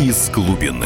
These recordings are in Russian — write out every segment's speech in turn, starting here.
из глубины.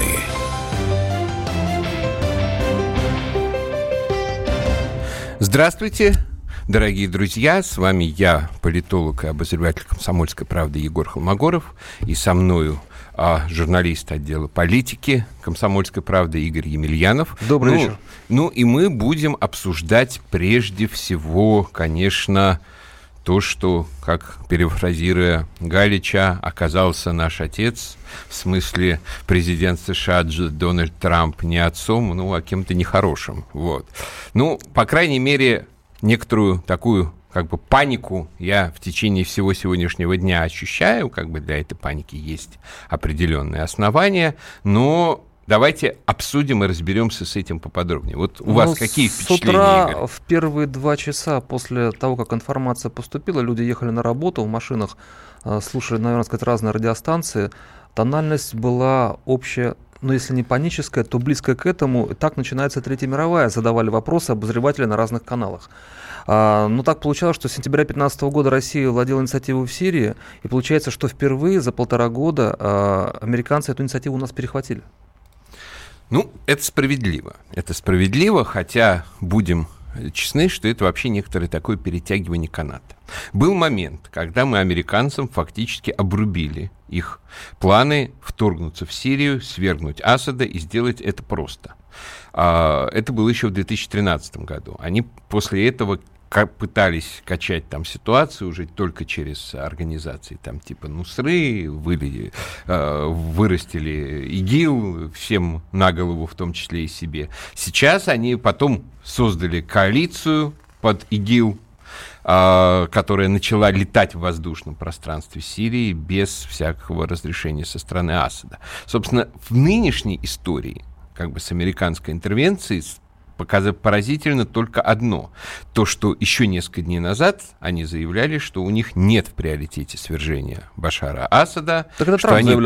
Здравствуйте, дорогие друзья, с вами я, политолог и обозреватель «Комсомольской правды» Егор Холмогоров, и со мною журналист отдела политики «Комсомольской правды» Игорь Емельянов. Добрый вечер. Ну и мы будем обсуждать прежде всего, конечно, то, что, как перефразируя Галича, оказался наш отец, в смысле президент США Дональд Трамп не отцом, а кем-то нехорошим. Вот. По крайней мере, некоторую такую панику я в течение всего сегодняшнего дня ощущаю, для этой паники есть определенные основания, но давайте обсудим и разберемся с этим поподробнее. Вот у вас какие впечатления, Игорь? С утра, Игорь? в первые 2 часа после того, как информация поступила, люди ехали на работу в машинах, слушали, наверное, разные радиостанции. Тональность была общая, если не паническая, то близкая к этому. И так начинается Третья мировая. Задавали вопросы обозреватели на разных каналах. Но так получалось, что с сентября 2015 года Россия владела инициативой в Сирии, и получается, что впервые за 1,5 года американцы эту инициативу у нас перехватили. Это справедливо. Это справедливо, хотя будем честны, что это вообще некоторое такое перетягивание каната. Был момент, когда мы американцам фактически обрубили их планы вторгнуться в Сирию, свергнуть Асада и сделать это просто. Это было еще в 2013 году. Они после этого пытались качать там ситуацию уже только через организации типа Нусры, вырастили ИГИЛ всем на голову, в том числе и себе. Сейчас они потом создали коалицию под ИГИЛ, которая начала летать в воздушном пространстве Сирии без всякого разрешения со стороны Асада. Собственно, в нынешней истории, с американской интервенцией, поразительно только одно. То, что еще несколько дней назад они заявляли, что у них нет в приоритете свержения Башара Асада, что они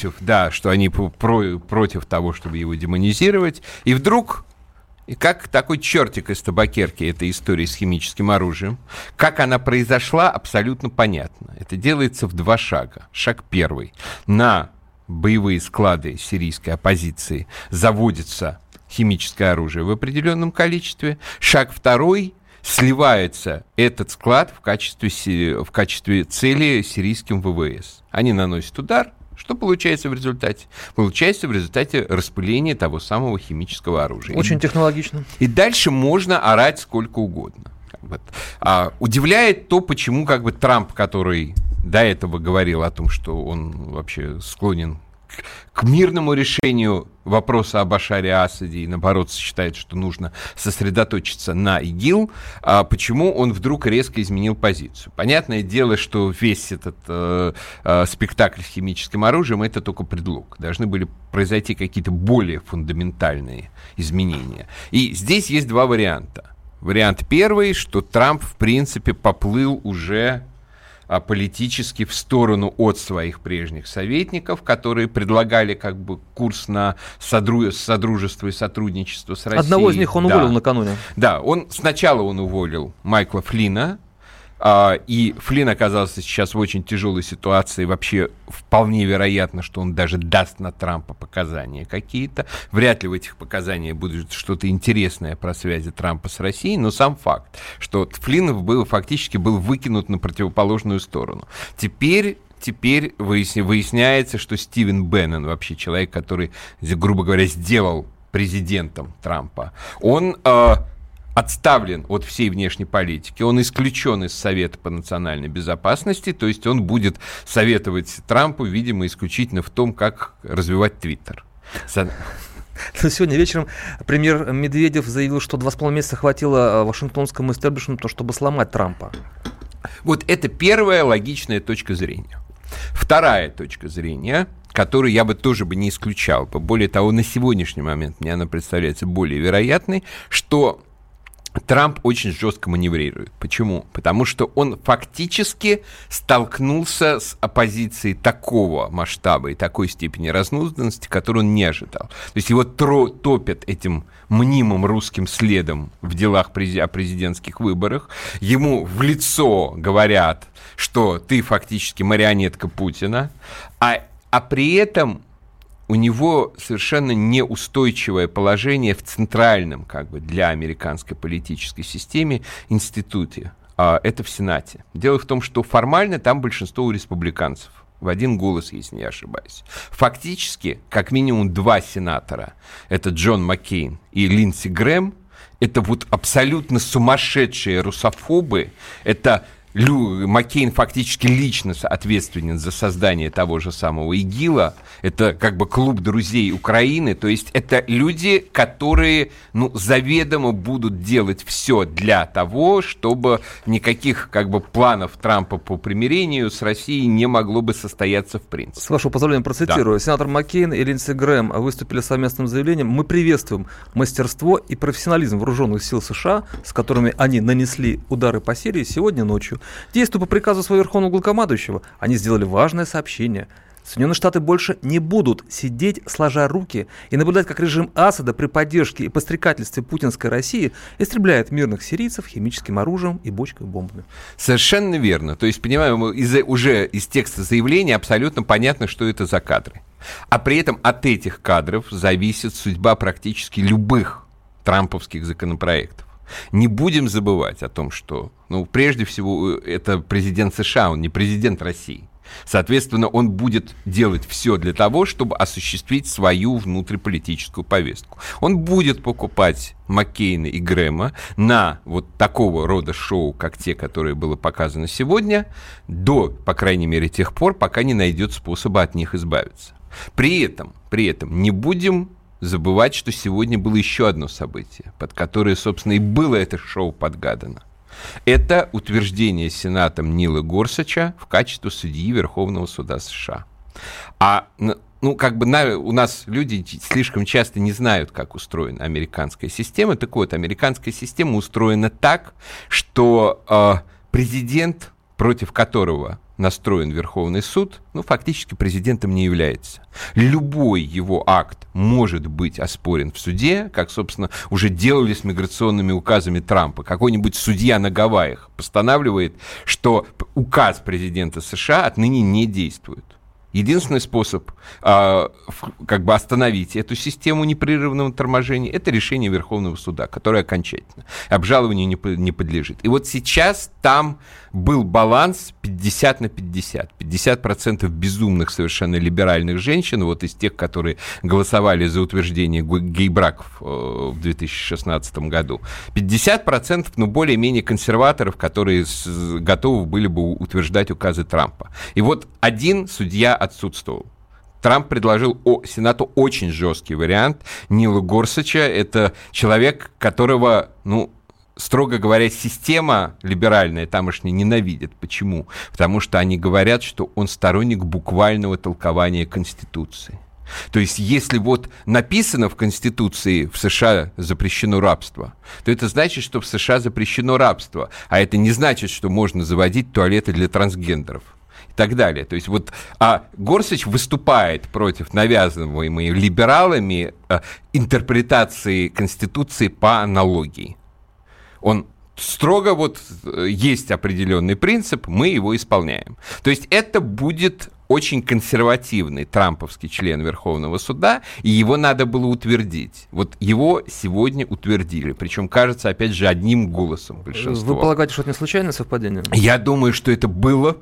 против того, чтобы его демонизировать. И вдруг, как такой чертик из табакерки, эта история с химическим оружием, как она произошла, абсолютно понятно. Это делается в 2 шага. Шаг первый. На боевые склады сирийской оппозиции заводится химическое оружие в определенном количестве. Шаг второй. Сливается этот склад в качестве цели сирийским ВВС. Они наносят удар. Что получается в результате? Получается в результате распыления того самого химического оружия. Очень технологично. И дальше можно орать сколько угодно. Удивляет то, почему Трамп, который до этого говорил о том, что он вообще склонен к мирному решению вопроса о Башаре Асаде и, наоборот, считает, что нужно сосредоточиться на ИГИЛ, почему он вдруг резко изменил позицию. Понятное дело, что весь этот спектакль с химическим оружием — это только предлог. Должны были произойти какие-то более фундаментальные изменения. И здесь есть 2 варианта. Вариант первый, что Трамп, в принципе, поплыл уже политически в сторону от своих прежних советников, которые предлагали курс на содружество и сотрудничество с Россией. Одного из них он уволил накануне. Да, сначала он уволил Майкла Флина, и Флин оказался сейчас в очень тяжелой ситуации. Вообще вполне вероятно, что он даже даст на Трампа показания какие-то. Вряд ли в этих показаниях будет что-то интересное про связи Трампа с Россией, но сам факт, что Флин фактически был выкинут на противоположную сторону. Теперь выясняется, что Стивен Беннон, вообще человек, который, грубо говоря, сделал президентом Трампа, он отставлен от всей внешней политики, он исключен из Совета по национальной безопасности, то есть он будет советовать Трампу, видимо, исключительно в том, как развивать Твиттер. Сегодня вечером премьер Медведев заявил, что 2,5 месяца хватило вашингтонскому истеблишменту, чтобы сломать Трампа. Вот это первая логичная точка зрения. Вторая точка зрения, которую я бы тоже не исключал, более того, на сегодняшний момент мне она представляется более вероятной, что Трамп очень жестко маневрирует. Почему? Потому что он фактически столкнулся с оппозицией такого масштаба и такой степени разнузданности, которую он не ожидал. То есть его топят этим мнимым русским следом в делах о президентских выборах. Ему в лицо говорят, что ты фактически марионетка Путина, а при этом у него совершенно неустойчивое положение в центральном, для американской политической системе институте. Это в Сенате. Дело в том, что формально там большинство у республиканцев. В один голос, если не ошибаюсь. Фактически, как минимум 2 сенатора, это Джон Маккейн и Линдси Грэм, это вот абсолютно сумасшедшие русофобы, это Маккейн фактически лично ответственен за создание того же самого ИГИЛа. Это клуб друзей Украины. То есть это люди, которые заведомо будут делать все для того, чтобы никаких планов Трампа по примирению с Россией не могло бы состояться в принципе. С вашего позволения процитирую. Да. Сенатор Маккейн и Линдси Грэм выступили с совместным заявлением: «Мы приветствуем мастерство и профессионализм вооруженных сил США, с которыми они нанесли удары по Сирии сегодня ночью. Действуя по приказу своего верховного главнокомандующего, они сделали важное сообщение. Соединенные Штаты больше не будут сидеть сложа руки и наблюдать, как режим Асада при поддержке и подстрекательстве путинской России истребляет мирных сирийцев химическим оружием и бочкой бомбами». Совершенно верно. То есть, понимаем, уже из текста заявления абсолютно понятно, что это за кадры. А при этом от этих кадров зависит судьба практически любых трамповских законопроектов. Не будем забывать о том, что, прежде всего, это президент США, он не президент России. Соответственно, он будет делать все для того, чтобы осуществить свою внутриполитическую повестку. Он будет покупать Маккейна и Грэма на вот такого рода шоу, как те, которые было показано сегодня, по крайней мере, тех пор, пока не найдет способа от них избавиться. При этом не будем забывать, что сегодня было еще одно событие, под которое, собственно, и было это шоу подгадано. Это утверждение Сенатом Нила Горсача в качестве судьи Верховного суда США. У нас люди слишком часто не знают, как устроена американская система. Так вот, американская система устроена так, что президент, против которого настроен Верховный суд, фактически президентом не является. Любой его акт может быть оспорен в суде, как, собственно, уже делали с миграционными указами Трампа. Какой-нибудь судья на Гавайях постанавливает, что указ президента США отныне не действует. Единственный способ остановить эту систему непрерывного торможения — это решение Верховного суда, которое окончательно обжалованию не подлежит. И вот сейчас там был баланс 50 на 50. 50% безумных, совершенно либеральных женщин, вот из тех, которые голосовали за утверждение гей-браков в 2016 году. 50% более-менее консерваторов, которые готовы были бы утверждать указы Трампа. И вот один судья отсутствовал. Трамп предложил Сенату очень жесткий вариант. Нила Горсача — это человек, которого, строго говоря, система либеральная тамошняя ненавидит. Почему? Потому что они говорят, что он сторонник буквального толкования Конституции. То есть, если написано в Конституции в США запрещено рабство, то это значит, что в США запрещено рабство. А это не значит, что можно заводить туалеты для трансгендеров. И так далее. То есть Горсач выступает против навязываемой либералами интерпретации Конституции по аналогии. Он строго есть определенный принцип, мы его исполняем. То есть это будет очень консервативный трамповский член Верховного суда, и его надо было утвердить. Его сегодня утвердили, причем, кажется, опять же, одним голосом большинства. Вы полагаете, что это не случайное совпадение? Я думаю, что это было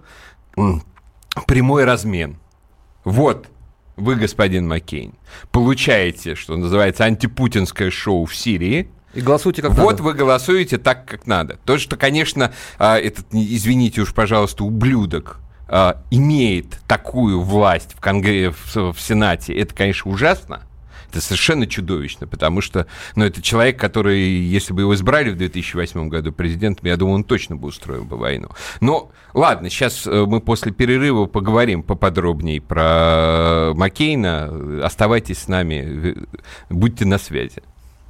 прямой размен. Вы, господин Маккейн, получаете, что называется, антипутинское шоу в Сирии. И голосуйте как надо. Вы голосуете так, как надо. То, что, конечно, этот, извините уж, пожалуйста, ублюдок имеет такую власть в Сенате, это, конечно, ужасно. Это совершенно чудовищно, потому что это человек, который, если бы его избрали в 2008 году президентом, я думаю, он точно бы устроил бы войну. Но ладно, сейчас мы после перерыва поговорим поподробнее про Маккейна. Оставайтесь с нами, будьте на связи.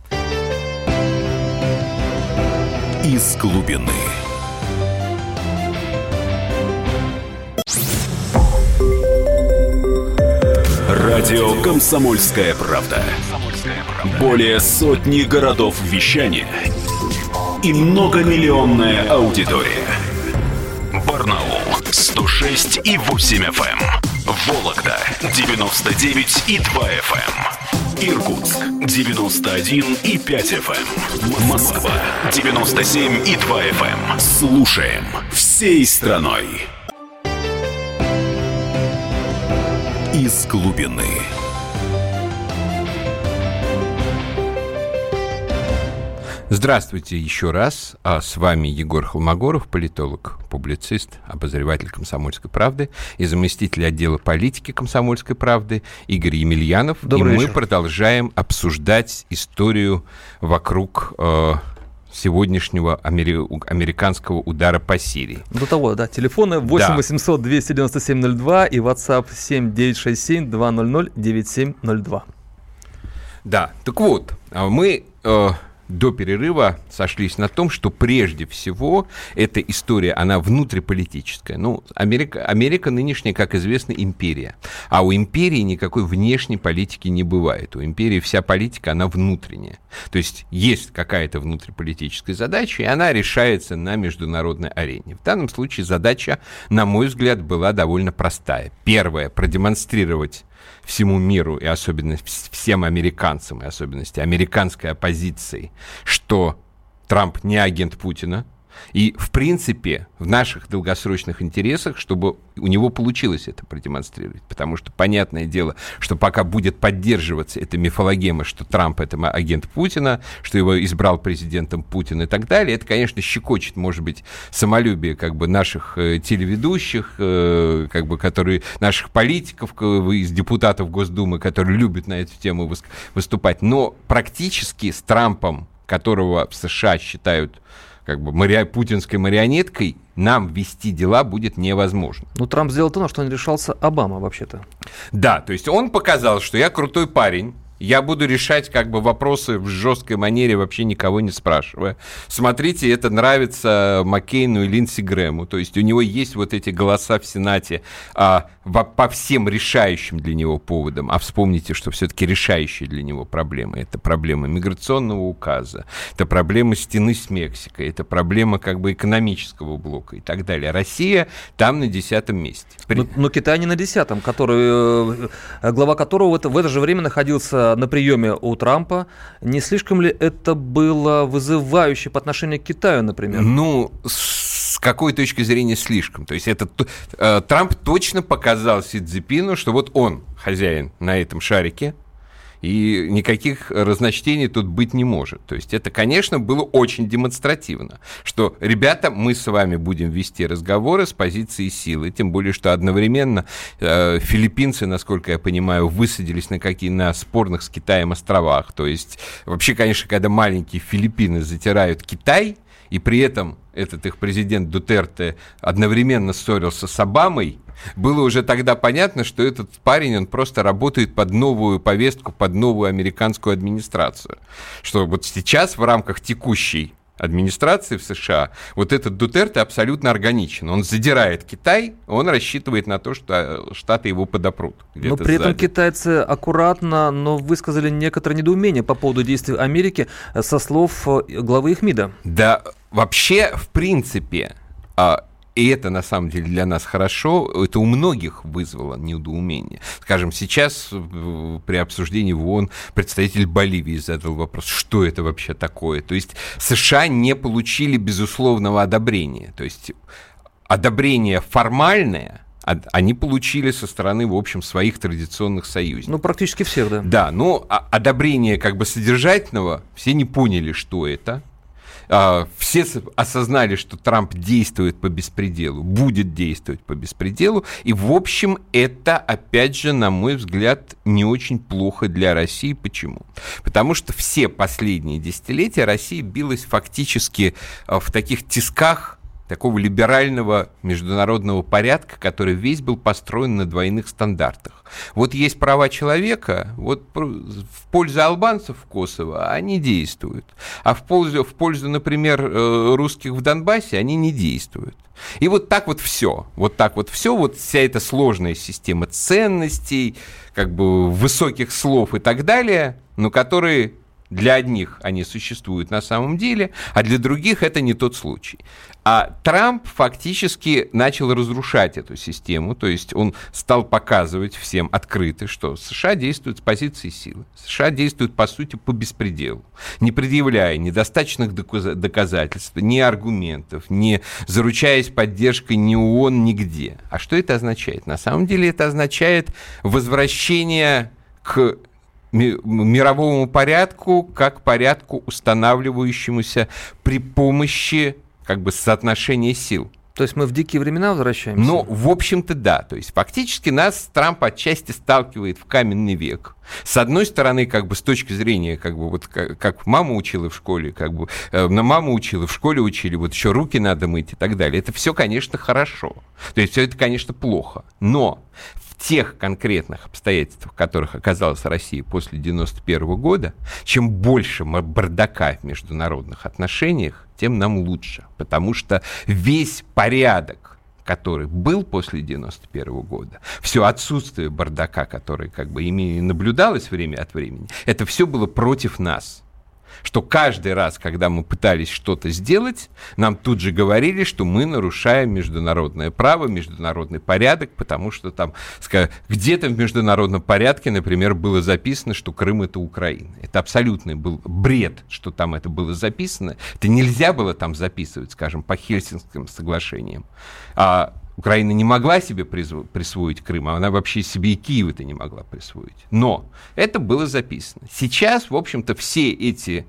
Из глубины. Радио «Комсомольская правда». Более сотни городов вещания и многомиллионная аудитория. Барнаул 106,8 FM. Вологда 99,2 FM. Иркутск 91,5 FM. Москва 97,2 FM. Слушаем всей страной. Из глубины. Здравствуйте еще раз. С вами Егор Холмогоров, политолог, публицист, обозреватель «Комсомольской правды» и заместитель отдела политики «Комсомольской правды» Игорь Емельянов. Добрый вечер. Мы продолжаем обсуждать историю вокруг сегодняшнего американского удара по Сирии. До того, да, телефоны 8 800 297 02 и WhatsApp 7 967 200 9702. Да, так вот, мы до перерыва сошлись на том, что прежде всего эта история, она внутриполитическая. Ну, Америка нынешняя, как известно, империя. А у империи никакой внешней политики не бывает. У империи вся политика, она внутренняя. То есть есть какая-то внутриполитическая задача, и она решается на международной арене. В данном случае задача, на мой взгляд, была довольно простая. Первое — продемонстрировать всему миру, и особенно всем американцам, и особенности американской оппозиции, что Трамп не агент Путина. И, в принципе, в наших долгосрочных интересах, чтобы у него получилось это продемонстрировать. Потому что, понятное дело, что пока будет поддерживаться эта мифологема, что Трамп — это агент Путина, что его избрал президентом Путин и так далее, это, конечно, щекочет, может быть, самолюбие как бы наших телеведущих, как бы, которые, наших политиков, из депутатов Госдумы, которые любят на эту тему выступать. Но практически с Трампом, которого в США считают как бы путинской марионеткой, нам вести дела будет невозможно. Ну, Трамп сделал то, на что не решался Обама, вообще-то. Да, то есть он показал, что я крутой парень, я буду решать как бы вопросы в жесткой манере, вообще никого не спрашивая. Смотрите, это нравится Маккейну и Линдси Грэму. То есть у него есть вот эти голоса в Сенате по всем решающим для него поводам. А вспомните, что все-таки решающие для него проблемы. Это проблема миграционного указа, это проблема стены с Мексикой, это проблема как бы экономического блока и так далее. Россия там на 10-м месте. Но Китай не на 10-м, глава которого в это же время находился на приеме у Трампа. Не слишком ли это было вызывающе по отношению к Китаю, например? Ну, с какой точки зрения слишком? То есть Трамп точно показал Си Цзиньпину, что вот он хозяин на этом шарике, и никаких разночтений тут быть не может. То есть это, конечно, было очень демонстративно, что, ребята, мы с вами будем вести разговоры с позиции силы, тем более, что одновременно филиппинцы, насколько я понимаю, высадились на спорных с Китаем островах. То есть вообще, конечно, когда маленькие Филиппины затирают Китай, и при этом этот их президент Дутерте одновременно ссорился с Обамой, было уже тогда понятно, что этот парень, он просто работает под новую повестку, под новую американскую администрацию. Что вот сейчас в рамках текущей администрации в США вот этот Дутерте абсолютно органичен. Он задирает Китай, он рассчитывает на то, что Штаты его подопрут. Но при этом китайцы аккуратно, но высказали некоторое недоумение по поводу действий Америки со слов главы их МИДа. Да, вообще, в принципе, и это, на самом деле, для нас хорошо, это у многих вызвало недоумение. Скажем, сейчас при обсуждении в ООН представитель Боливии задал вопрос, что это вообще такое. То есть США не получили безусловного одобрения. То есть одобрение формальное они получили со стороны, в общем, своих традиционных союзников. Ну, практически всех, да. Да, но одобрение как бы содержательного все не поняли, что это. Все осознали, что Трамп действует по беспределу, будет действовать по беспределу, и, в общем, это, опять же, на мой взгляд, не очень плохо для России. Почему? Потому что все последние десятилетия Россия билась фактически в таких тисках такого либерального международного порядка, который весь был построен на двойных стандартах. Вот есть права человека, вот в пользу албанцев в Косово они действуют, а в пользу, например, русских в Донбассе они не действуют. И вот так вот все, вот вся эта сложная система ценностей, как бы высоких слов и так далее, но которые Для одних они существуют на самом деле, а для других это не тот случай. А Трамп фактически начал разрушать эту систему, то есть он стал показывать всем открыто, что США действуют с позиции силы. США действуют, по сути, по беспределу, не предъявляя ни достаточных доказательств, ни аргументов, не заручаясь поддержкой ни ООН, нигде. А что это означает? На самом деле это означает возвращение к мировому порядку как порядку, устанавливающемуся при помощи как бы соотношения сил. То есть мы в дикие времена возвращаемся? Ну, в общем-то, да. То есть фактически нас Трамп отчасти сталкивает в каменный век. С одной стороны, как бы с точки зрения, как бы вот как мама учила в школе, как бы мама учила, в школе учили, вот еще руки надо мыть и так далее. Это все, конечно, хорошо. То есть все это, конечно, плохо. Но в тех конкретных обстоятельствах, в которых оказалась Россия после 1991 года, чем больше бардака в международных отношениях, тем нам лучше. Потому что весь порядок, который был после 1991 года, все отсутствие бардака, которое как бы наблюдалось время от времени, это все было против нас. Что каждый раз, когда мы пытались что-то сделать, нам тут же говорили, что мы нарушаем международное право, международный порядок, потому что там где-то в международном порядке, например, было записано, что Крым — это Украина. Это абсолютный был бред, что там это было записано. Это нельзя было там записывать, скажем, по Хельсинским соглашениям. Украина не могла себе присвоить Крым, а она вообще себе и Киев-то не могла присвоить. Но это было записано. Сейчас, в общем-то, все эти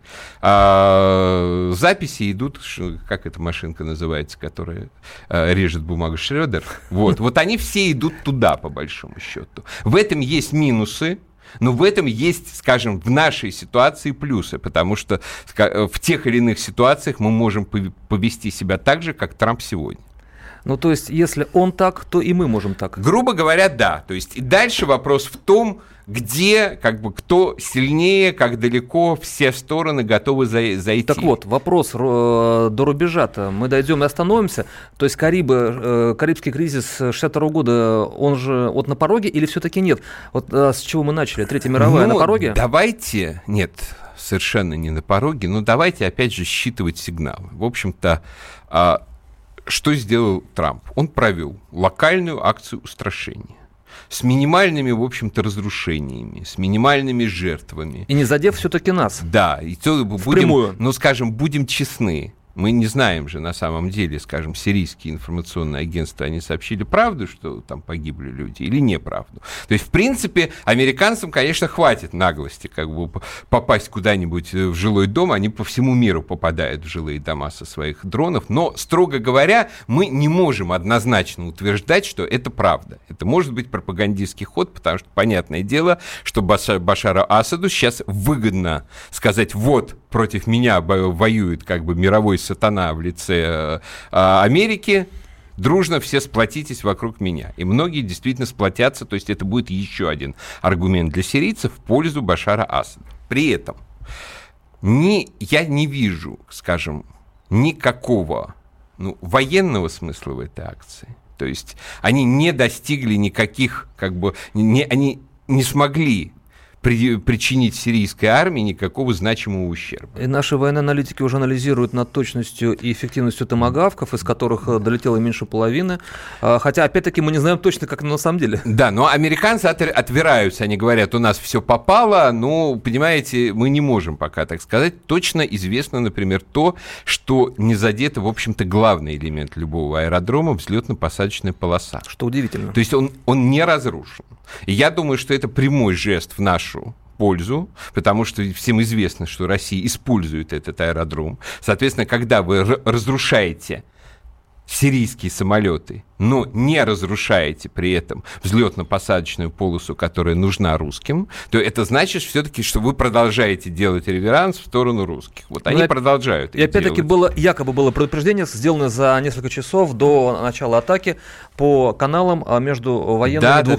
записи идут, как эта машинка называется, которая режет бумагу, Шрёдер. Вот они все идут туда, по большому счету. В этом есть минусы. Но в этом есть, скажем, в нашей ситуации плюсы, потому что в тех или иных ситуациях мы можем повести себя так же, как Трамп сегодня. Ну, то есть, если он так, то и мы можем так. Грубо говоря, да. То есть, и дальше вопрос в том, где, как бы, кто сильнее, как далеко все стороны готовы зайти. Так вот, вопрос до рубежа-то. Мы дойдем и остановимся. То есть, Карибский кризис 1962 года, он же вот на пороге или все-таки нет? Вот с чего мы начали? Третья мировая на пороге? Давайте, нет, совершенно не на пороге, но давайте опять же считывать сигналы. В общем-то, что сделал Трамп? Он провел локальную акцию устрашения с минимальными, в общем-то, разрушениями, с минимальными жертвами. И не задев все-таки нас. Да, и то будем честны. Мы не знаем же на самом деле, скажем, сирийские информационные агентства, они сообщили правду, что там погибли люди, или неправду. То есть, в принципе, американцам, конечно, хватит наглости как бы попасть куда-нибудь в жилой дом, они по всему миру попадают в жилые дома со своих дронов, но, строго говоря, мы не можем однозначно утверждать, что это правда. Это может быть пропагандистский ход, потому что, понятное дело, что Башару Асаду сейчас выгодно сказать, вот, против меня воюет как бы мировой сатана в лице Америки, дружно все сплотитесь вокруг меня. И многие действительно сплотятся, то есть это будет еще один аргумент для сирийцев в пользу Башара Асада. При этом я не вижу, скажем, никакого военного смысла в этой акции. То есть они не достигли никаких, они не смогли причинить сирийской армии никакого значимого ущерба. И наши военные аналитики уже анализируют над точностью и эффективностью томагавков, из которых долетело меньше половины. Хотя, опять-таки, мы не знаем точно, как на самом деле. Да, но американцы отвираются, они говорят, у нас все попало, но, понимаете, мы не можем пока так сказать. Точно известно, например, то, что не задето, в общем-то, главный элемент любого аэродрома — взлетно-посадочная полоса. Что удивительно. То есть он не разрушен. И я думаю, что это прямой жест в нашу пользу, потому что всем известно, что Россия использует этот аэродром. Соответственно, когда вы разрушаете сирийские самолеты, но не разрушаете при этом взлетно-посадочную полосу, которая нужна русским, то это значит все-таки, что вы продолжаете делать реверанс в сторону русских. Вот они продолжают. И опять-таки якобы было предупреждение, сделано за несколько часов до начала атаки по каналам между военными двух стран.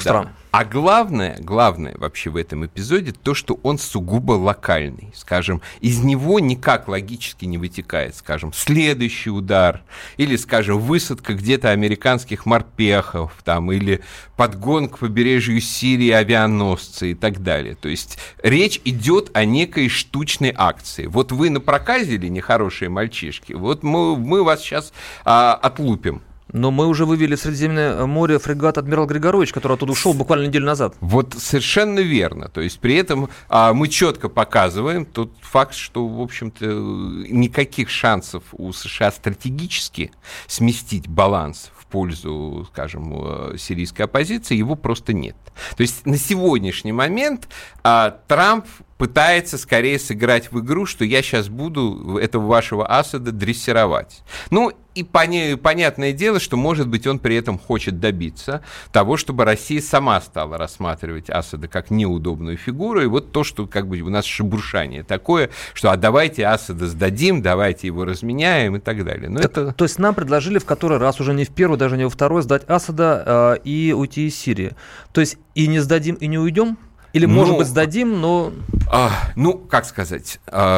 А главное вообще в этом эпизоде то, что он сугубо локальный. Скажем, из него никак логически не вытекает, скажем, следующий удар, или, скажем, высадка где-то американских морпехов, там, или подгон к побережью Сирии авианосца и так далее. То есть речь идет о некой штучной акции. Вот вы напроказили, нехорошие мальчишки, вот мы вас сейчас отлупим. Но мы уже вывели в Средиземное море фрегат «Адмирал Григорович», который оттуда ушел буквально неделю назад. Вот совершенно верно. То есть при этом мы четко показываем тот факт, что, в общем-то, никаких шансов у США стратегически сместить баланс в пользу, скажем, сирийской оппозиции, его просто нет. То есть на сегодняшний момент Трамп пытается скорее сыграть в игру, что я сейчас буду этого вашего Асада дрессировать. Ну, и понятное дело, что, может быть, он при этом хочет добиться того, чтобы Россия сама стала рассматривать Асада как неудобную фигуру. И вот то, что как бы у нас шебуршание такое, что давайте Асада сдадим, давайте его разменяем и так далее. Но То есть нам предложили в который раз, уже не в первый, даже не во второй, сдать Асада и уйти из Сирии. То есть и не сдадим, и не уйдем? Или, может быть, сдадим, но... как сказать?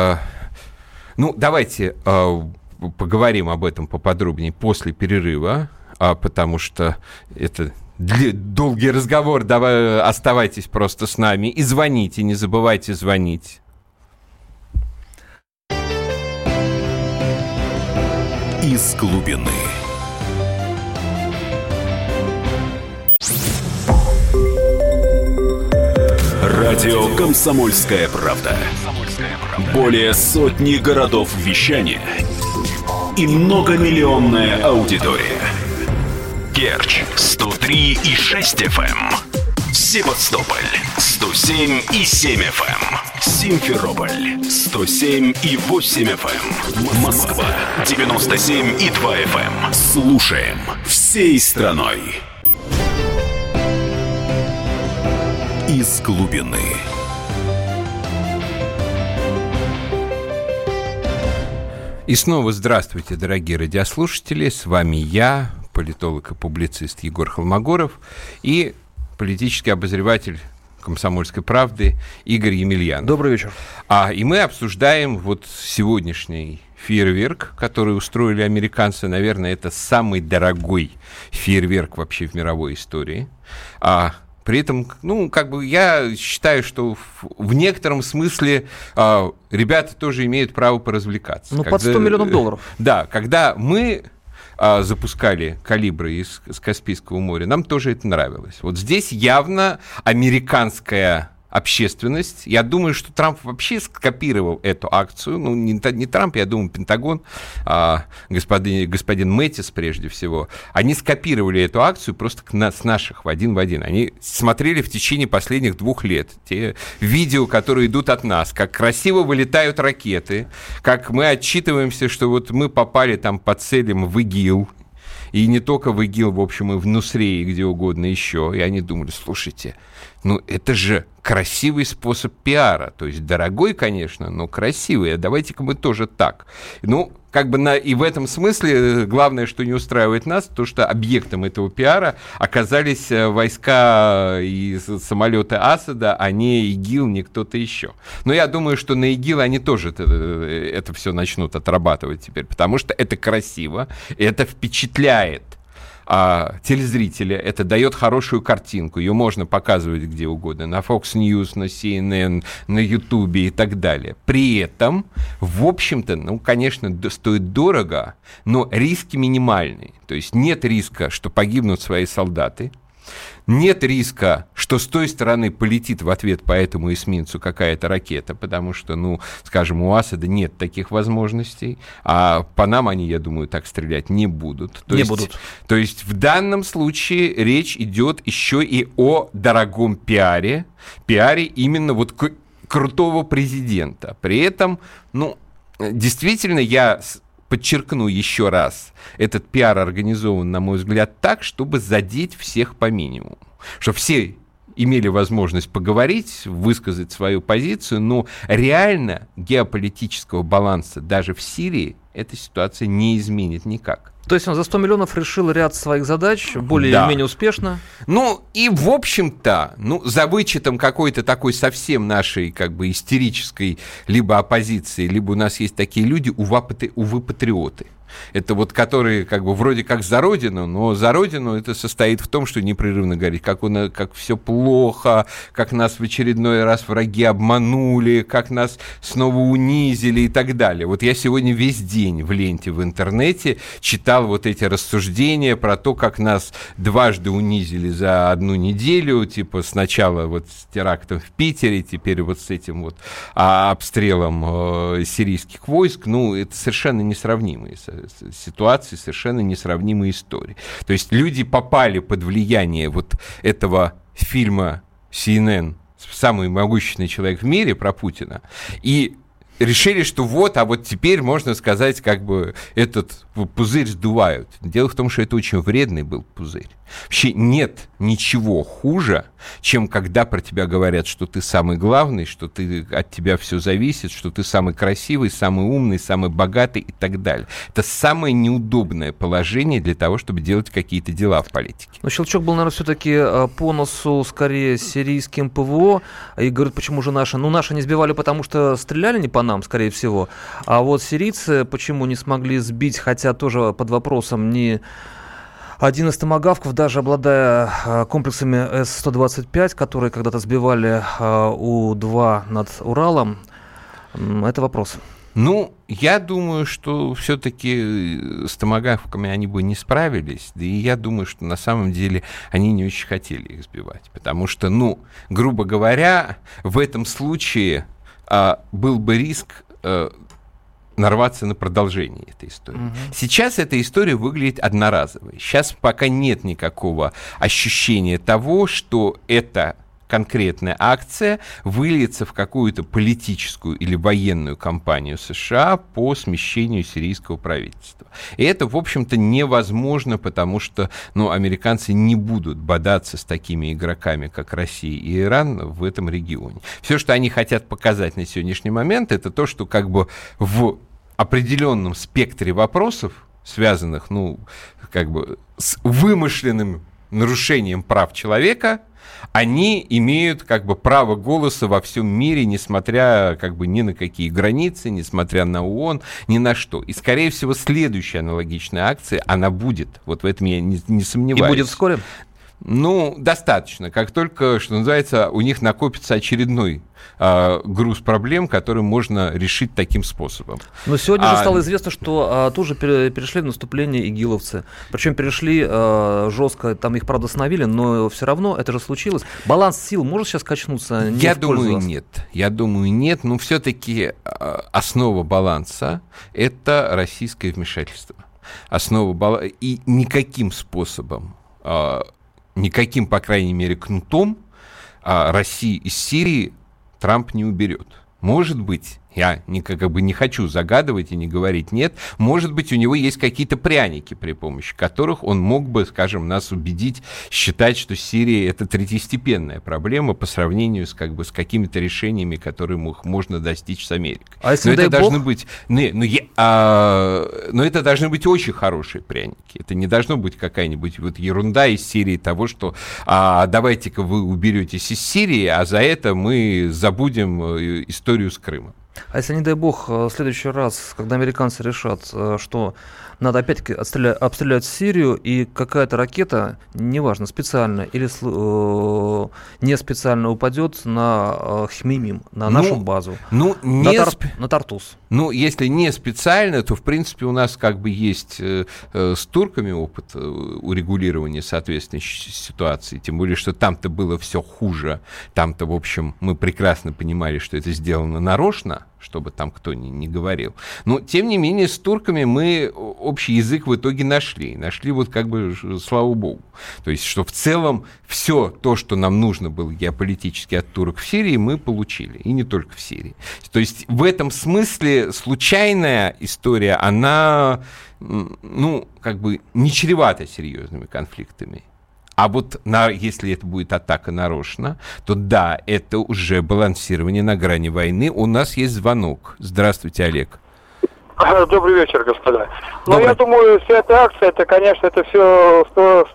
Давайте поговорим об этом поподробнее после перерыва, потому что это долгий разговор. Давай, оставайтесь просто с нами и звоните, не забывайте звонить. Из глубины. Радио «Комсомольская правда». Более сотни городов вещания и многомиллионная аудитория. Керчь 103,6 FM, Севастополь 107,7 FM, Симферополь 107,8 FM, Москва 97,2 FM. Слушаем всей страной. Из глубины. И снова здравствуйте, дорогие радиослушатели. С вами я, политолог и публицист Егор Холмогоров, и политический обозреватель «Комсомольской правды» Игорь Емельянов. Добрый вечер. И мы обсуждаем вот сегодняшний фейерверк, который устроили американцы. Наверное, это самый дорогой фейерверк вообще в мировой истории. При этом, я считаю, что в некотором смысле ребята тоже имеют право поразвлекаться. Под $100 миллионов. Да, когда мы запускали калибры из Каспийского моря, нам тоже это нравилось. Вот здесь явно американская общественность. Я думаю, что Трамп вообще скопировал эту акцию. Не Трамп, я думаю, Пентагон, господин Мэттис прежде всего. Они скопировали эту акцию просто с наших в один в один. Они смотрели в течение последних 2 лет те видео, которые идут от нас, как красиво вылетают ракеты, как мы отчитываемся, что вот мы попали там по целям в ИГИЛ. И не только в ИГИЛ, в общем, и в Нусре, и где угодно еще. И они думали, слушайте, это же красивый способ пиара. То есть дорогой, конечно, но красивый. А давайте-ка мы тоже так. И в этом смысле главное, что не устраивает нас, то, что объектом этого пиара оказались войска и самолеты Асада, а не ИГИЛ, не кто-то еще. Но я думаю, что на ИГИЛ они тоже это все начнут отрабатывать теперь, потому что это красиво, это впечатляет телезрителя, это дает хорошую картинку, ее можно показывать где угодно, на Fox News, на CNN, на YouTube и так далее. При этом, в общем-то, конечно, стоит дорого, но риски минимальные. То есть нет риска, что погибнут свои солдаты, нет риска, что с той стороны полетит в ответ по этому эсминцу какая-то ракета, потому что, у Асада нет таких возможностей, а по нам они, я думаю, так стрелять не будут. То есть в данном случае речь идет еще и о дорогом пиаре именно крутого президента. При этом, действительно, я подчеркну еще раз, этот пиар организован, на мой взгляд, так, чтобы задеть всех по минимуму. Чтобы все имели возможность поговорить, высказать свою позицию, но реально геополитического баланса даже в Сирии эта ситуация не изменит никак. То есть он за 100 миллионов решил ряд своих задач более-менее успешно? Ну, и в общем-то, за вычетом какой-то такой совсем нашей как бы истерической либо оппозиции, либо у нас есть такие люди, увы, патриоты. Это вот которые как бы вроде как за Родину, но за Родину это состоит в том, что непрерывно говорить, как все плохо, как нас в очередной раз враги обманули, как нас снова унизили и так далее. Вот я сегодня весь день в ленте в интернете читал вот эти рассуждения про то, как нас дважды унизили за одну неделю, типа сначала вот с терактом в Питере, теперь вот с этим вот обстрелом сирийских войск. Ну, это совершенно несравнимые ситуации, совершенно несравнимые истории. То есть люди попали под влияние вот этого фильма CNN «Самый могущественный человек в мире» про Путина и решили, что вот теперь, можно сказать, как бы этот пузырь сдувают. Дело в том, что это очень вредный был пузырь. Вообще нет ничего хуже, чем когда про тебя говорят, что ты самый главный, что от тебя все зависит, что ты самый красивый, самый умный, самый богатый и так далее. Это самое неудобное положение для того, чтобы делать какие-то дела в политике. Но щелчок был, наверное, все-таки по носу скорее сирийским ПВО. И говорят, почему же наши? Ну, наши не сбивали, потому что стреляли не по нам, скорее всего. А вот сирийцы почему не смогли сбить, хотя тоже под вопросом не один из томагавков, даже обладая комплексами С-125, которые когда-то сбивали У-2 над Уралом, это вопрос. Ну, я думаю, что все-таки с томагавками они бы не справились, да и я думаю, что на самом деле они не очень хотели их сбивать, потому что, грубо говоря, в этом случае был бы риск нарваться на продолжение этой истории. Сейчас эта история выглядит одноразовой. Сейчас пока нет никакого ощущения того, что эта конкретная акция выльется в какую-то политическую или военную кампанию США по смещению сирийского правительства. И это, в общем-то, невозможно, потому что американцы не будут бодаться с такими игроками, как Россия и Иран, в этом регионе. Все, что они хотят показать на сегодняшний момент, это то, что как бы в определенном спектре вопросов, связанных, с вымышленным нарушением прав человека, они имеют как бы право голоса во всем мире, несмотря как бы ни на какие границы, несмотря на ООН, ни на что. И, скорее всего, следующая аналогичная акция, она будет. Вот в этом я не сомневаюсь. И будет вскоре? Достаточно. Как только, что называется, у них накопится очередной груз проблем, который можно решить таким способом. Но сегодня же стало известно, что тоже перешли в наступление игиловцы. Причем перешли жестко, там их, правда, остановили, но все равно это же случилось. Баланс сил может сейчас качнуться? Я думаю, нет. Но все-таки основа баланса – это российское вмешательство. И никаким способом, никаким, по крайней мере, кнутом России из Сирии Трамп не уберет. Может быть, я не хочу загадывать и не говорить нет, может быть, у него есть какие-то пряники, при помощи которых он мог бы, скажем, нас убедить считать, что Сирия — это третьестепенная проблема по сравнению с какими-то решениями, которые можно достичь с Америкой. А если это должны быть очень хорошие пряники. Это не должно быть какая-нибудь ерунда из Сирии того, что давайте-ка вы уберетесь из Сирии, а за это мы забудем историю с Крымом. А если, не дай бог, в следующий раз, когда американцы решат, что надо опять-таки обстрелять Сирию, и какая-то ракета, неважно, специально или не специально упадет на Хмеймим, на нашу базу, на Тартус? Если не специально, то, в принципе, у нас есть с турками опыт урегулирования соответственной ситуации, тем более, что там-то было все хуже. Там-то, в общем, мы прекрасно понимали, что это сделано нарочно, чтобы там кто ни говорил. Но, тем не менее, с турками мы общий язык в итоге нашли. Нашли слава богу. То есть, что в целом все то, что нам нужно было геополитически от турок в Сирии, мы получили. И не только в Сирии. То есть, в этом смысле случайная история, она, не чревата серьезными конфликтами. А если это будет атака нарочно, то да, это уже балансирование на грани войны. У нас есть звонок. Здравствуйте, Олег. Добрый вечер, господа. Добрый. Ну, я думаю, вся эта акция, это, конечно, это все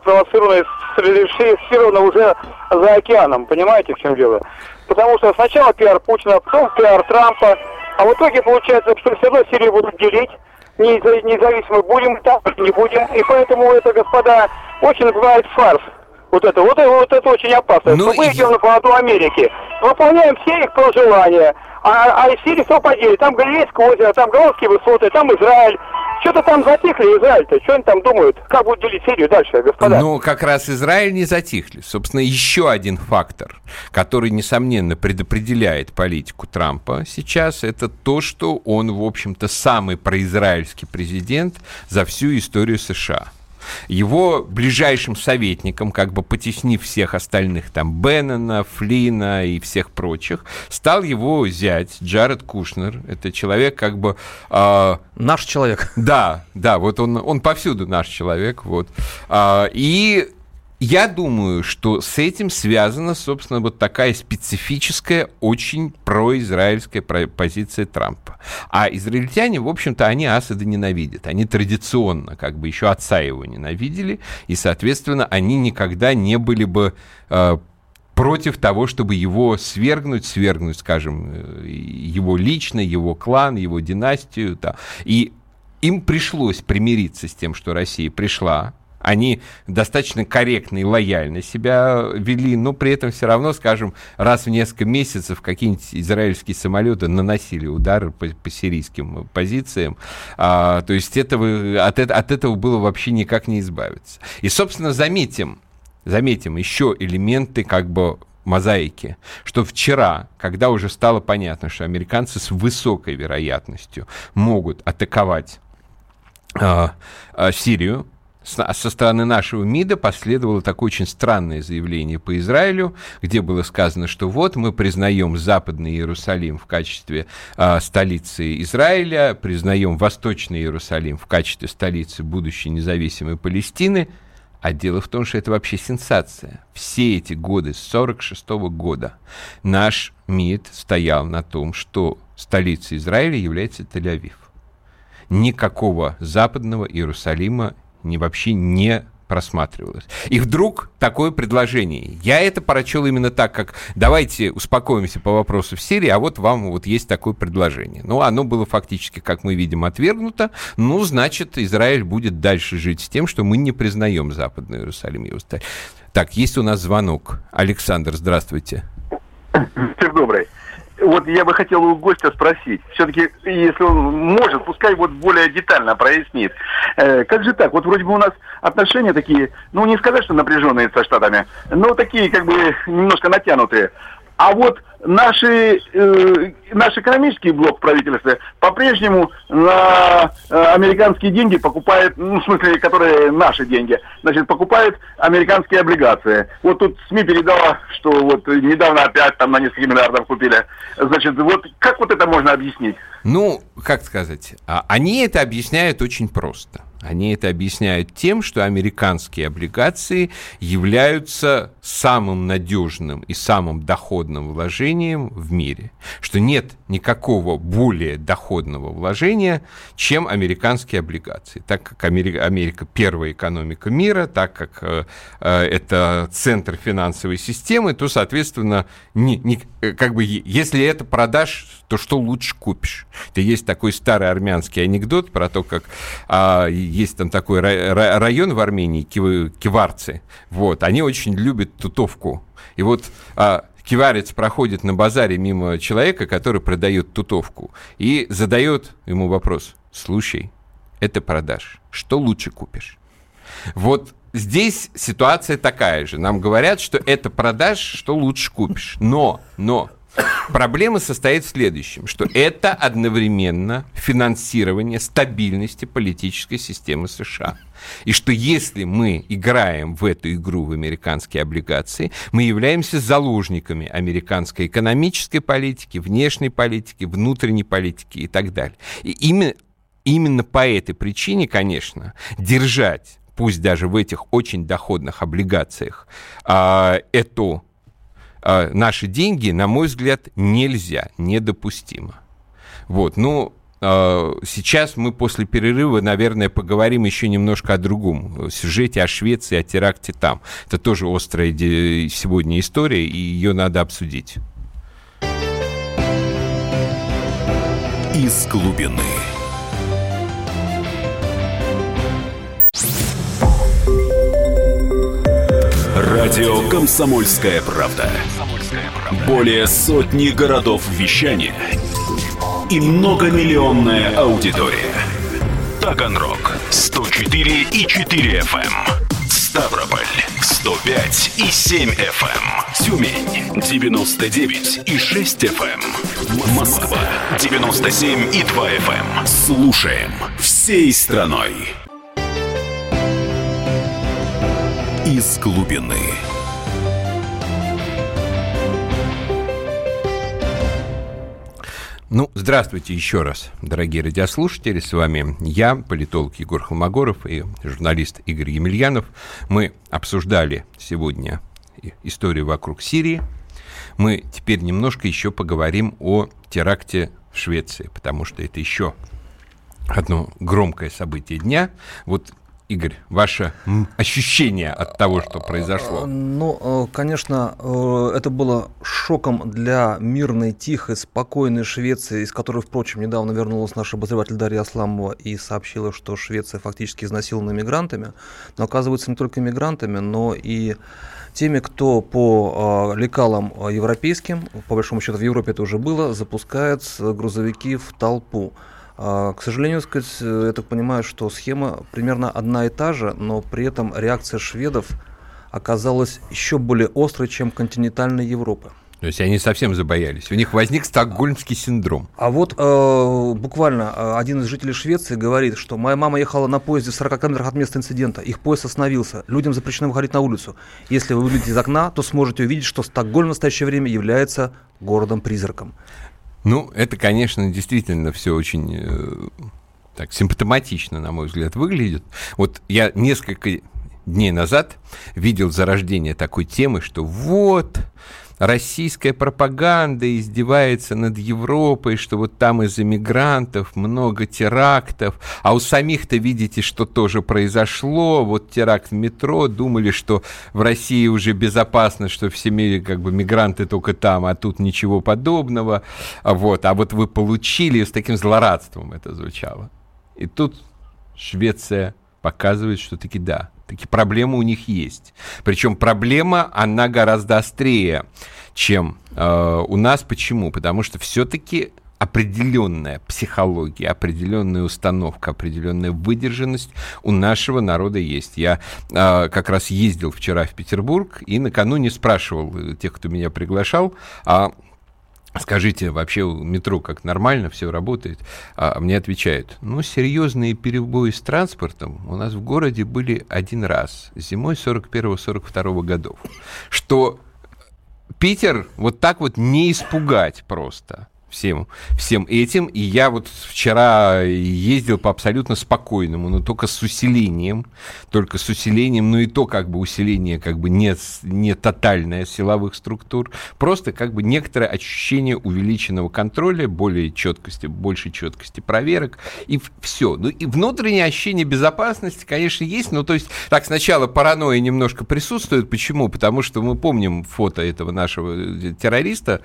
спровоцировано уже за океаном, понимаете, в чем дело? Потому что сначала пиар Путина, потом пиар Трампа, а в итоге получается, что все равно Сирию будут делить, независимо будем там, не будем, и поэтому это, господа, очень напоминает фарс. Вот это очень опасно. Мы идем на поводу Америки, выполняем все их пожелания, а из Сирии что поделить? Там Галилейское озеро, там Голландские высоты, там Израиль. Что-то там затихли, Израиль-то. Что они там думают? Как будут делить Сирию дальше, господа? Ну, как раз Израиль не затихли. Собственно, еще один фактор, который, несомненно, предопределяет политику Трампа сейчас, это то, что он, в общем-то, самый произраильский президент за всю историю США. Его ближайшим советником, как бы потеснив всех остальных, там, Беннона, Флина и всех прочих, стал его зять Джаред Кушнер. Это человек, как бы... Наш человек. Да, вот он повсюду наш человек. Вот. И я думаю, что с этим связана, собственно, вот такая специфическая, очень произраильская позиция Трампа. А израильтяне, в общем-то, они Асада ненавидят. Они традиционно, как бы, еще отца его ненавидели, и, соответственно, они никогда не были бы против того, чтобы его свергнуть, скажем, его лично, его клан, его династию. Да. И им пришлось примириться с тем, что Россия пришла. Они достаточно корректно и лояльно себя вели, но при этом все равно, скажем, раз в несколько месяцев какие-нибудь израильские самолеты наносили удары по сирийским позициям. То есть от этого было вообще никак не избавиться. И, собственно, заметим еще элементы как бы мозаики, что вчера, когда уже стало понятно, что американцы с высокой вероятностью могут атаковать Сирию, со стороны нашего МИДа последовало такое очень странное заявление по Израилю, где было сказано, что вот мы признаем Западный Иерусалим в качестве столицы Израиля, признаем Восточный Иерусалим в качестве столицы будущей независимой Палестины. А дело в том, что это вообще сенсация. Все эти годы, с 1946 года, наш МИД стоял на том, что столицей Израиля является Тель-Авив. Никакого Западного Иерусалима вообще не просматривалось. И вдруг такое предложение. Я это прочел именно так, как давайте успокоимся по вопросу в Сирии, а вот вам вот есть такое предложение. Ну, оно было фактически, как мы видим, отвергнуто. Ну, значит, Израиль будет дальше жить с тем, что мы не признаем Западный Иерусалим. Так, есть у нас звонок. Александр, здравствуйте. Всех добрый. Вот я бы хотел у гостя спросить, все-таки, если он может, пускай вот более детально прояснит. Как же так? Вот вроде бы у нас отношения такие, ну не сказать, что напряженные со Штатами, но такие как бы немножко натянутые. А вот наш экономический блок правительства по-прежнему на американские деньги покупает, ну, в смысле, которые наши деньги, значит, покупает американские облигации. Вот тут СМИ передала, что вот недавно опять там на несколько миллиардов купили. Значит, вот как вот это можно объяснить? Ну, как сказать, они это объясняют очень просто. Они это объясняют тем, что американские облигации являются самым надежным и самым доходным вложением в мире. Что нет никакого более доходного вложения, чем американские облигации. Так как Америка первая экономика мира, так как это центр финансовой системы, то, соответственно, как бы, если это продашь, то что лучше купишь? Это есть такой старый армянский анекдот про то, как есть там такой район в Армении, киварцы, вот, они очень любят тутовку. И вот киварец проходит на базаре мимо человека, который продает тутовку, и задает ему вопрос: слушай, это продашь, что лучше купишь? Вот здесь ситуация такая же. Нам говорят, что это продашь, что лучше купишь. Но проблема состоит в следующем, что это одновременно финансирование стабильности политической системы США. И что если мы играем в эту игру в американские облигации, мы являемся заложниками американской экономической политики, внешней политики, внутренней политики и так далее. И именно по этой причине, конечно, держать, пусть даже в этих очень доходных облигациях, наши деньги, на мой взгляд, нельзя, недопустимо. Вот, ну, сейчас мы после перерыва, наверное, поговорим еще немножко о другом. О сюжете, о Швеции, о теракте там. Это тоже острая сегодня история, и ее надо обсудить. Из глубины. Радио «Комсомольская правда». Более сотни городов вещания и многомиллионная аудитория. Таганрог 104,4 FM, Ставрополь 105,7 FM, Тюмень 99,6 FM, Москва 97,2 FM. Слушаем всей страной. Из глубины. Ну, здравствуйте еще раз, дорогие радиослушатели. С вами я, политолог Егор Холмогоров, и журналист Игорь Емельянов. Мы обсуждали сегодня историю вокруг Сирии. Мы теперь немножко еще поговорим о теракте в Швеции, потому что это еще одно громкое событие дня. Вот, Игорь, ваше ощущение от того, что произошло? Ну, конечно, это было шоком для мирной, тихой, спокойной Швеции, из которой, впрочем, недавно вернулась наш обозреватель Дарья Асламова и сообщила, что Швеция фактически изнасилована мигрантами. Но, оказывается, не только мигрантами, но и теми, кто по лекалам европейским, по большому счету в Европе это уже было, запускает грузовики в толпу. К сожалению, я так понимаю, что схема примерно одна и та же, но при этом реакция шведов оказалась еще более острой, чем континентальной Европы. То есть они совсем забоялись. У них возник стокгольмский синдром. А вот буквально один из жителей Швеции говорит, что моя мама ехала на поезде в 40 километрах от места инцидента. Их поезд остановился. Людям запрещено выходить на улицу. Если вы выглядите из окна, то сможете увидеть, что Стокгольм в настоящее время является городом-призраком. Ну, это, конечно, действительно все очень так симптоматично, на мой взгляд, выглядит. Вот я несколько дней назад видел зарождение такой темы, что вот российская пропаганда издевается над Европой, что вот там из-за мигрантов много терактов, а у самих-то видите, что тоже произошло, вот теракт в метро, думали, что в России уже безопасно, что все как бы мигранты только там, а тут ничего подобного, а вот вы получили, с таким злорадством это звучало. И тут Швеция показывает, что таки да, такие проблемы у них есть. Причем проблема, она гораздо острее, чем у нас. Почему? Потому что все-таки определенная психология, определенная установка, определенная выдержанность у нашего народа есть. Я как раз ездил вчера в Петербург и накануне спрашивал тех, кто меня приглашал, скажите, вообще у метро как нормально, все работает? А мне отвечают, серьезные перебои с транспортом у нас в городе были один раз, зимой 41-42 годов. Что Питер вот так вот не испугать просто всем этим. И я вот вчера ездил по абсолютно спокойному, но только с усилением, но и то как бы усиление как бы не тотальное силовых структур, просто как бы некоторое ощущение увеличенного контроля, большей четкости проверок, и все. Ну и внутреннее ощущение безопасности, конечно, есть, но то есть так сначала паранойя немножко присутствует. Почему? Потому что мы помним фото этого нашего террориста,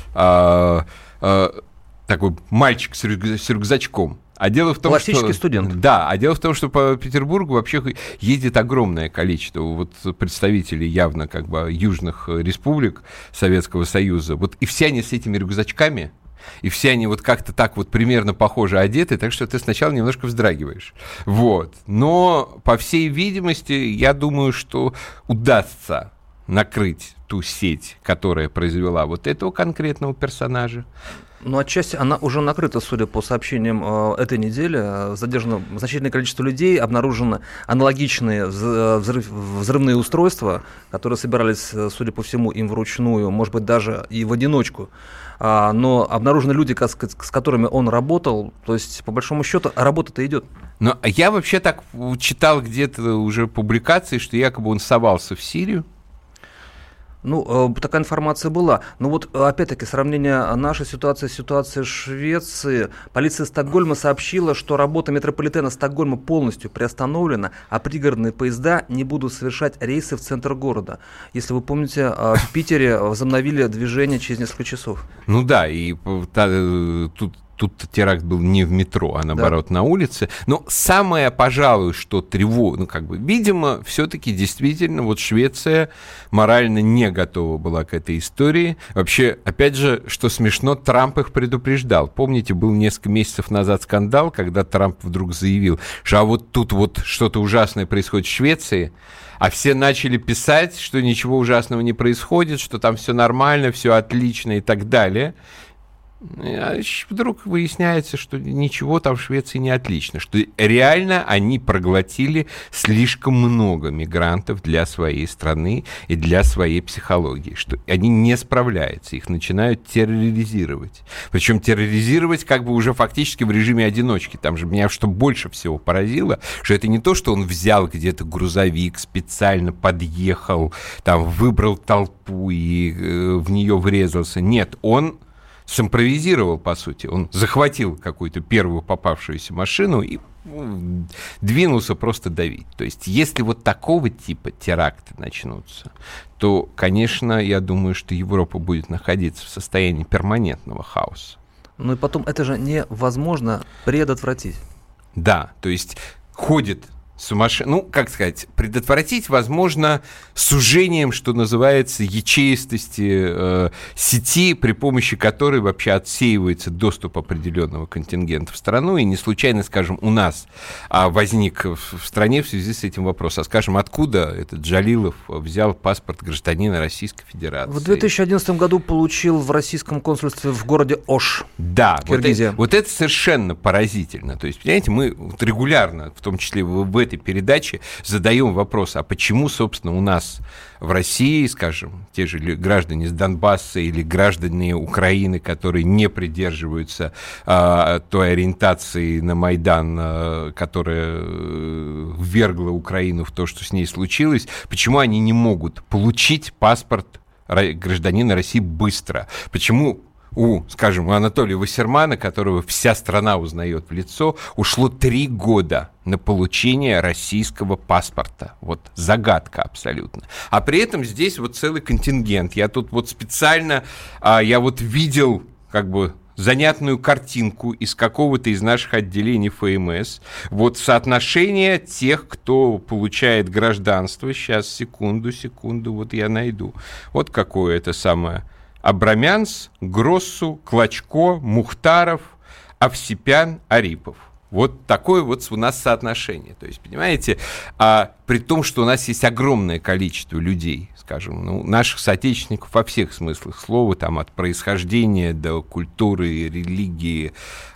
такой мальчик с рюкзачком. А дело в том, классический студент. Да, а дело в том, что по Петербургу вообще ездит огромное количество вот представителей явно как бы южных республик Советского Союза. Вот и все они с этими рюкзачками, и все они вот как-то так вот примерно похоже одеты, так что ты сначала немножко вздрагиваешь. Вот. Но, по всей видимости, я думаю, что удастся накрыть ту сеть, которая произвела вот этого конкретного персонажа. Ну, отчасти она уже накрыта, судя по сообщениям этой недели. Задержано значительное количество людей, обнаружены аналогичные взрывные устройства, которые собирались, судя по всему, им вручную, может быть, даже и в одиночку. Но обнаружены люди, с которыми он работал, то есть, по большому счету, работа-то идет. Но я вообще так читал где-то уже публикации, что якобы он совался в Сирию. Ну, такая информация была. Но вот, опять-таки, сравнение нашей ситуации с ситуацией Швеции. Полиция Стокгольма сообщила, что работа метрополитена Стокгольма полностью приостановлена, а пригородные поезда не будут совершать рейсы в центр города. Если вы помните, в Питере возобновили движение через несколько часов. Ну да, и Тут теракт был не в метро, а наоборот, на улице. Но самое, пожалуй, что тревожно, видимо, все-таки действительно вот Швеция морально не готова была к этой истории. Вообще, опять же, что смешно, Трамп их предупреждал. Помните, был несколько месяцев назад скандал, когда Трамп вдруг заявил, что вот тут вот что-то ужасное происходит в Швеции, а все начали писать, что ничего ужасного не происходит, что там все нормально, все отлично и так далее. А вдруг выясняется, что ничего там в Швеции не отлично, что реально они проглотили слишком много мигрантов для своей страны и для своей психологии, что они не справляются, их начинают терроризировать. Причем терроризировать уже фактически в режиме одиночки. Там же меня что больше всего поразило, что это не то, что он взял где-то грузовик, специально подъехал, там выбрал толпу и в нее врезался. Нет, он симпровизировал, по сути. Он захватил какую-то первую попавшуюся машину и двинулся просто давить. То есть, если вот такого типа теракты начнутся, то, конечно, я думаю, что Европа будет находиться в состоянии перманентного хаоса. Ну и потом, это же невозможно предотвратить. Да, то есть ходит предотвратить возможно сужением, что называется, ячеистости сети, при помощи которой вообще отсеивается доступ определенного контингента в страну, и не случайно, скажем, у нас возник в стране в связи с этим вопрос, откуда этот Джалилов взял паспорт гражданина Российской Федерации? В 2011 году получил в российском консульстве в городе Ош, Киргизия. Вот это совершенно поразительно. То есть, понимаете, мы регулярно, в том числе в этой передаче, задаем вопрос, а почему, собственно, у нас в России, скажем, те же граждане с Донбасса или граждане Украины, которые не придерживаются той ориентации на Майдан, которая ввергла Украину в то, что с ней случилось, почему они не могут получить паспорт гражданина России быстро? Почему у Анатолия Вассермана, которого вся страна узнает в лицо, ушло 3 года на получение российского паспорта. Вот загадка абсолютно. А при этом здесь вот целый контингент. Я тут вот специально, видел занятную картинку из какого-то из наших отделений ФМС. Вот соотношение тех, кто получает гражданство. Сейчас, секунду, вот я найду. Вот какое это самое... Абрамянс, Гроссу, Клочко, Мухтаров, Овсепян, Арипов. Вот такое вот у нас соотношение. То есть, понимаете, при том, что у нас есть огромное количество людей, наших соотечественников во всех смыслах слова, от происхождения до культуры, религии,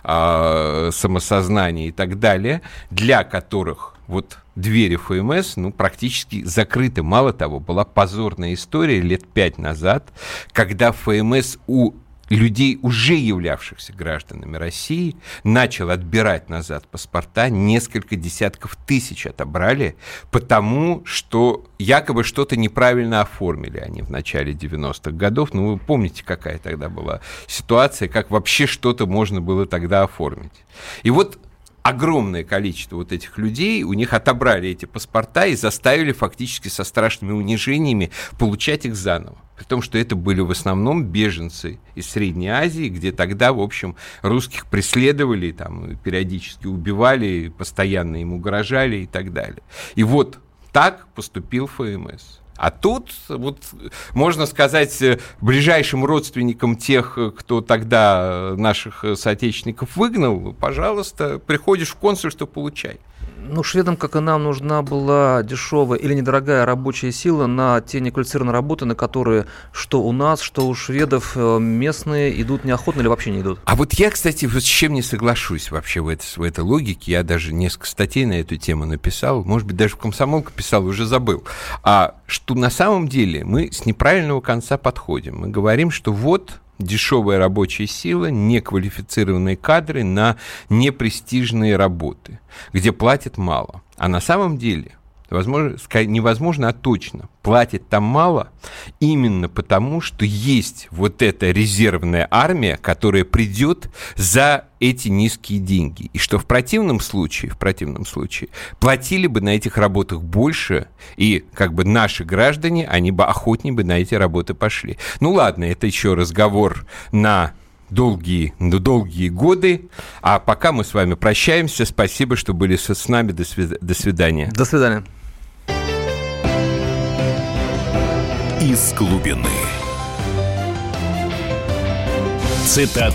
самосознания и так далее, для которых двери ФМС практически закрыты. Мало того, была позорная история лет 5 назад, когда ФМС у людей, уже являвшихся гражданами России, начал отбирать назад паспорта, несколько десятков тысяч отобрали, потому что якобы что-то неправильно оформили они в начале 90-х годов. Вы помните, какая тогда была ситуация, как вообще что-то можно было тогда оформить. И огромное количество этих людей, у них отобрали эти паспорта и заставили фактически со страшными унижениями получать их заново. При том, что это были в основном беженцы из Средней Азии, где тогда, в общем, русских преследовали, периодически убивали, постоянно им угрожали и так далее. И так поступил ФМС. А тут, можно сказать, ближайшим родственникам тех, кто тогда наших соотечественников выгнал, пожалуйста, приходишь в консульство, получай. Шведам, как и нам, нужна была дешевая или недорогая рабочая сила на те неквалифицированные работы, на которые что у нас, что у шведов местные идут неохотно или вообще не идут. А я, кстати, с чем не соглашусь вообще в этой логике. Я даже несколько статей на эту тему написал, может быть, даже в «Комсомолке» писал, уже забыл. Что на самом деле мы с неправильного конца подходим. Мы говорим, что дешевая рабочая сила, неквалифицированные кадры на непрестижные работы, где платят мало. А на самом деле невозможно, а точно, платят там мало именно потому, что есть вот эта резервная армия, которая придет за эти низкие деньги. И что в противном случае платили бы на этих работах больше, и как бы наши граждане, они бы охотнее бы на эти работы пошли. Ну ладно, это еще разговор на долгие годы. А пока мы с вами прощаемся. Спасибо, что были с нами. До свидания. До свидания. Из глубины. Цитата.